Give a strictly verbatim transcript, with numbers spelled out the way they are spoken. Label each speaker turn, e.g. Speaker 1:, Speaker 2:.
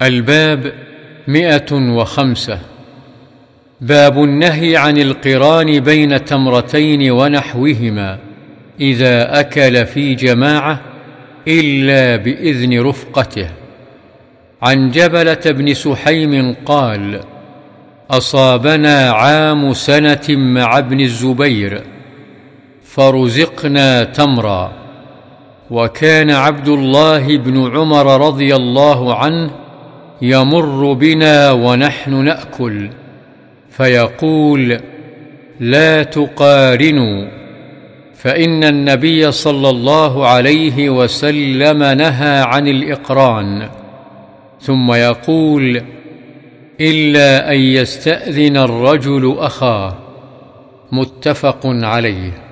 Speaker 1: الباب مئة وخمسة. باب النهي عن القران بين تمرتين ونحوهما إذا أكل في جماعة إلا بإذن رفقته. عن جبلة بن سحيم قال: أصابنا عام سنة مع ابن الزبير فرزقنا تمرا، وكان عبد الله بن عمر رضي الله عنه يمر بنا ونحن نأكل فيقول: لا تقارنوا، فإن النبي صلى الله عليه وسلم نهى عن الإقران، ثم يقول: إلا أن يستأذن الرجل أخاه. متفق عليه.